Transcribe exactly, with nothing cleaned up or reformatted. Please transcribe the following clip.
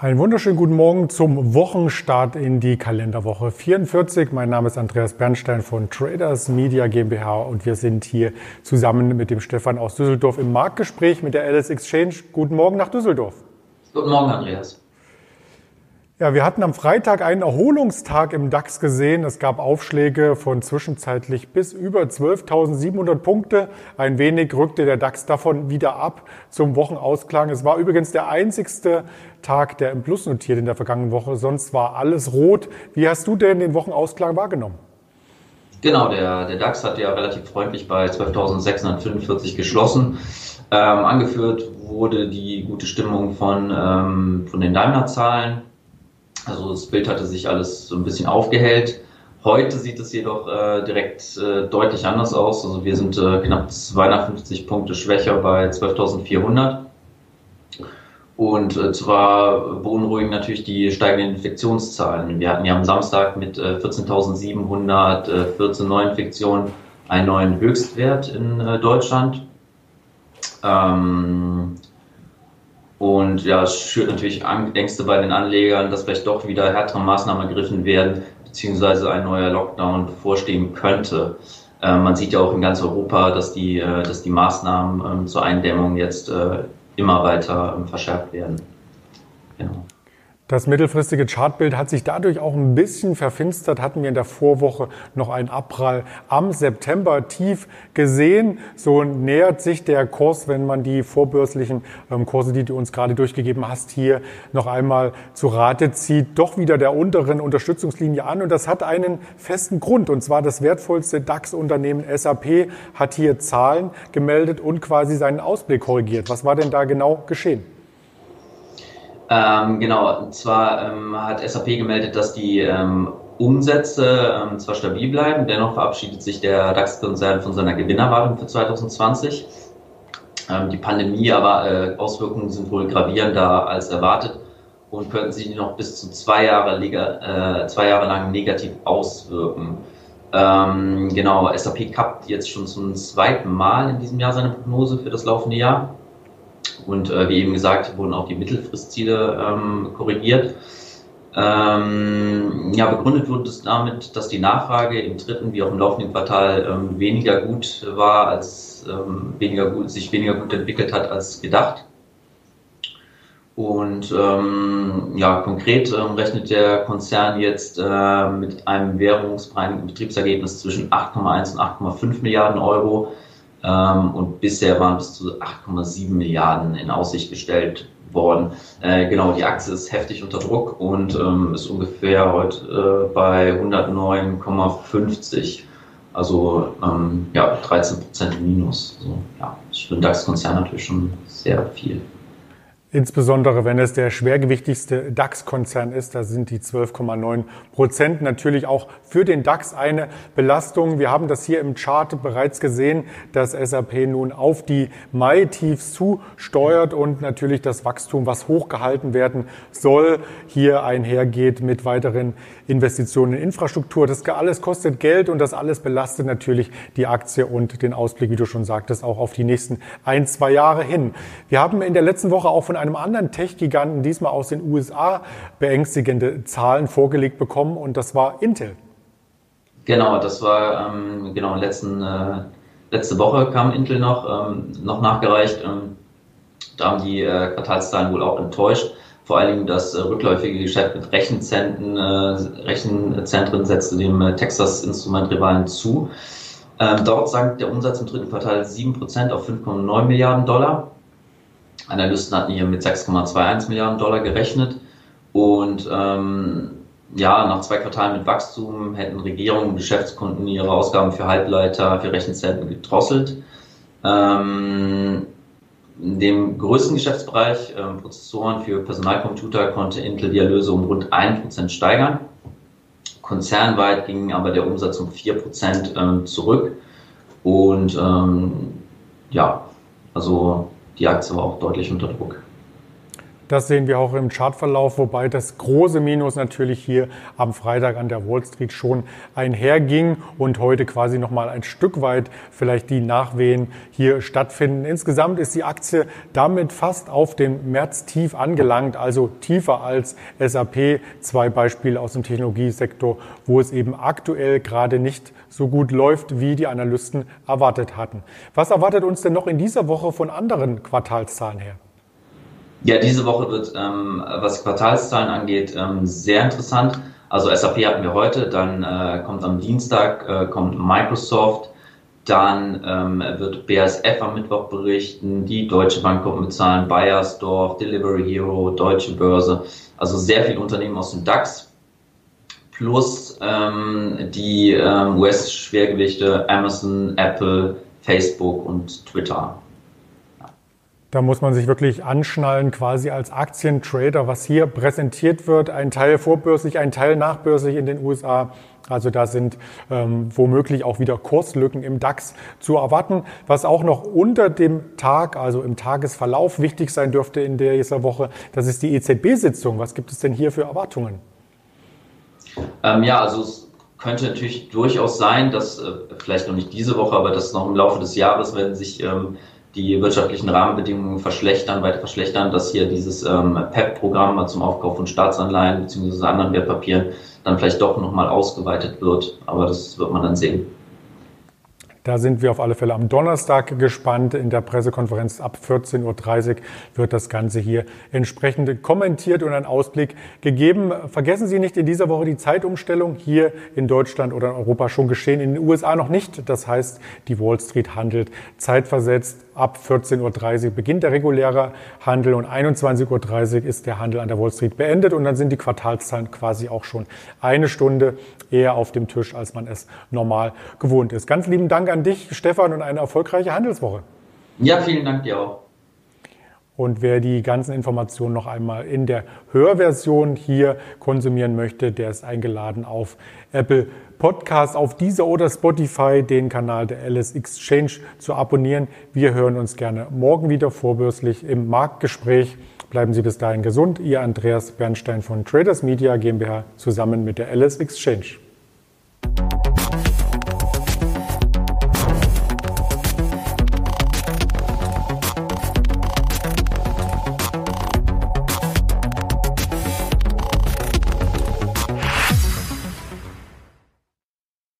Einen wunderschönen guten Morgen zum Wochenstart in die Kalenderwoche vierundvierzig. Mein Name ist Andreas Bernstein von Traders Media GmbH und wir sind hier zusammen mit dem Stefan aus Düsseldorf im Marktgespräch mit der Alice Exchange. Guten Morgen nach Düsseldorf. Guten Morgen, Andreas. Ja, wir hatten am Freitag einen Erholungstag im DAX gesehen. Es gab Aufschläge von zwischenzeitlich bis über zwölftausendsiebenhundert Punkte. Ein wenig rückte der DAX davon wieder ab zum Wochenausklang. Es war übrigens der einzigste Tag, der im Plus notiert in der vergangenen Woche. Sonst war alles rot. Wie hast du denn den Wochenausklang wahrgenommen? Genau, der, der DAX hat ja relativ freundlich bei zwölftausendsechshundertfünfundvierzig geschlossen. Ähm, angeführt wurde die gute Stimmung von, ähm, von den Daimler-Zahlen. Also das Bild hatte sich alles so ein bisschen aufgehellt. Heute sieht es jedoch äh, direkt äh, deutlich anders aus. Also wir sind äh, knapp zweihundertfünfzig Punkte schwächer bei zwölftausendvierhundert. Und äh, zwar beunruhigen natürlich die steigenden Infektionszahlen. Wir hatten ja am Samstag mit äh, vierzehntausendsiebenhundertvierzehn Neuinfektionen einen neuen Höchstwert in äh, Deutschland. Ähm, Und ja, es schürt natürlich Ängste bei den Anlegern, dass vielleicht doch wieder härtere Maßnahmen ergriffen werden, beziehungsweise ein neuer Lockdown bevorstehen könnte. Äh, man sieht ja auch in ganz Europa, dass die, äh, dass die Maßnahmen äh, zur Eindämmung jetzt äh, immer weiter äh, verschärft werden. Genau. Das mittelfristige Chartbild hat sich dadurch auch ein bisschen verfinstert. Hatten wir in der Vorwoche noch einen Abprall am September-Tief gesehen. So nähert sich der Kurs, wenn man die vorbörslichen Kurse, die du uns gerade durchgegeben hast, hier noch einmal zu Rate zieht, doch wieder der unteren Unterstützungslinie an. Und das hat einen festen Grund. Und zwar das wertvollste DAX-Unternehmen S A P hat hier Zahlen gemeldet und quasi seinen Ausblick korrigiert. Was war denn da genau geschehen? Ähm, genau, und zwar ähm, hat S A P gemeldet, dass die ähm, Umsätze ähm, zwar stabil bleiben, dennoch verabschiedet sich der DAX-Konzern von seiner Gewinnerwartung für zweitausendzwanzig. Ähm, die Pandemie aber äh, Auswirkungen sind wohl gravierender als erwartet und könnten sich noch bis zu zwei Jahre, äh, zwei Jahre lang negativ auswirken. Ähm, genau, S A P kappt jetzt schon zum zweiten Mal in diesem Jahr seine Prognose für das laufende Jahr. Und äh, wie eben gesagt, wurden auch die Mittelfristziele ähm, korrigiert. Ähm, ja, begründet wurde es damit, dass die Nachfrage im dritten wie auch im laufenden Quartal ähm, weniger gut war, als ähm, weniger gut, sich weniger gut entwickelt hat als gedacht. Und ähm, ja, konkret ähm, rechnet der Konzern jetzt äh, mit einem währungsbereinigen Betriebsergebnis zwischen acht Komma eins und acht Komma fünf Milliarden Euro. Und bisher waren bis zu acht Komma sieben Milliarden in Aussicht gestellt worden. Äh, genau, die Aktie ist heftig unter Druck und ähm, ist ungefähr heute äh, bei hundertneun Komma fünfzig. Also ähm, ja, dreizehn Prozent Minus. Also, ja, das ist für den DAX-Konzern natürlich schon sehr viel. Insbesondere wenn es der schwergewichtigste DAX-Konzern ist, da sind die zwölf Komma neun Prozent natürlich auch für den DAX eine Belastung. Wir haben das hier im Chart bereits gesehen, dass S A P nun auf die Mai-Tiefs zusteuert und natürlich das Wachstum, was hochgehalten werden soll, hier einhergeht mit weiteren Investitionen in Infrastruktur. Das alles kostet Geld und das alles belastet natürlich die Aktie und den Ausblick, wie du schon sagtest, auch auf die nächsten ein, zwei Jahre hin. Wir haben in der letzten Woche auch von einem anderen Tech-Giganten, diesmal aus den U S A, beängstigende Zahlen vorgelegt bekommen und das war Intel. Genau, das war ähm, genau letzten, äh, letzte Woche kam Intel noch, ähm, noch nachgereicht. Ähm, da haben die äh, Quartalszahlen wohl auch enttäuscht. Vor allen Dingen das äh, rückläufige Geschäft mit Rechenzentren, äh, Rechenzentren setzte dem äh, Texas-Instrument-Rivalen zu. Ähm, dort sank der Umsatz im dritten Quartal sieben Prozent auf fünf Komma neun Milliarden Dollar. Analysten hatten hier mit sechs Komma einundzwanzig Milliarden Dollar gerechnet und ähm, ja, nach zwei Quartalen mit Wachstum hätten Regierungen und Geschäftskunden ihre Ausgaben für Halbleiter, für Rechenzentren gedrosselt. Ähm, in dem größten Geschäftsbereich, äh, Prozessoren für Personalcomputer, konnte Intel die Erlöse um rund ein Prozent steigern. Konzernweit ging aber der Umsatz um vier Prozent ähm, zurück und ähm, ja, also die Aktie war auch deutlich unter Druck. Das sehen wir auch im Chartverlauf, wobei das große Minus natürlich hier am Freitag an der Wall Street schon einherging und heute quasi nochmal ein Stück weit vielleicht die Nachwehen hier stattfinden. Insgesamt ist die Aktie damit fast auf dem März-Tief angelangt, also tiefer als S A P. Zwei Beispiele aus dem Technologiesektor, wo es eben aktuell gerade nicht so gut läuft, wie die Analysten erwartet hatten. Was erwartet uns denn noch in dieser Woche von anderen Quartalszahlen her? Ja, diese Woche wird, ähm, was Quartalszahlen angeht, ähm, sehr interessant. Also S A P hatten wir heute, dann äh, kommt am Dienstag äh, kommt Microsoft, dann ähm, wird B A S F am Mittwoch berichten, die Deutsche Bank kommt mit Zahlen, Bayersdorf, Delivery Hero, Deutsche Börse, also sehr viele Unternehmen aus dem DAX, plus ähm, die ähm, U S-Schwergewichte Amazon, Apple, Facebook und Twitter. Da muss man sich wirklich anschnallen, quasi als Aktientrader, was hier präsentiert wird. Ein Teil vorbörslich, ein Teil nachbörslich in den U S A. Also da sind ähm, womöglich auch wieder Kurslücken im DAX zu erwarten. Was auch noch unter dem Tag, also im Tagesverlauf wichtig sein dürfte in dieser Woche, das ist die E Z B-Sitzung. Was gibt es denn hier für Erwartungen? Ähm, ja, also es könnte natürlich durchaus sein, dass äh, vielleicht noch nicht diese Woche, aber dass noch im Laufe des Jahres, wenn sich ähm, die wirtschaftlichen Rahmenbedingungen verschlechtern, weiter verschlechtern, dass hier dieses ähm, P E P-Programm zum Aufkauf von Staatsanleihen bzw. anderen Wertpapieren dann vielleicht doch nochmal ausgeweitet wird. Aber das wird man dann sehen. Da sind wir auf alle Fälle am Donnerstag gespannt. In der Pressekonferenz ab vierzehn Uhr dreißig wird das Ganze hier entsprechend kommentiert und ein Ausblick gegeben. Vergessen Sie nicht in dieser Woche die Zeitumstellung hier in Deutschland oder in Europa schon geschehen, in den U S A noch nicht. Das heißt, die Wall Street handelt zeitversetzt. Ab vierzehn Uhr dreißig beginnt der reguläre Handel und einundzwanzig Uhr dreißig ist der Handel an der Wall Street beendet und dann sind die Quartalszahlen quasi auch schon eine Stunde eher auf dem Tisch, als man es normal gewohnt ist. Ganz lieben Dank an dich, Stefan, und eine erfolgreiche Handelswoche. Ja, vielen Dank dir auch. Und wer die ganzen Informationen noch einmal in der Hörversion hier konsumieren möchte, der ist eingeladen auf Apple Podcast, auf Deezer oder Spotify, den Kanal der L S Exchange zu abonnieren. Wir hören uns gerne morgen wieder vorbörslich im Marktgespräch. Bleiben Sie bis dahin gesund. Ihr Andreas Bernstein von Traders Media GmbH zusammen mit der L S Exchange.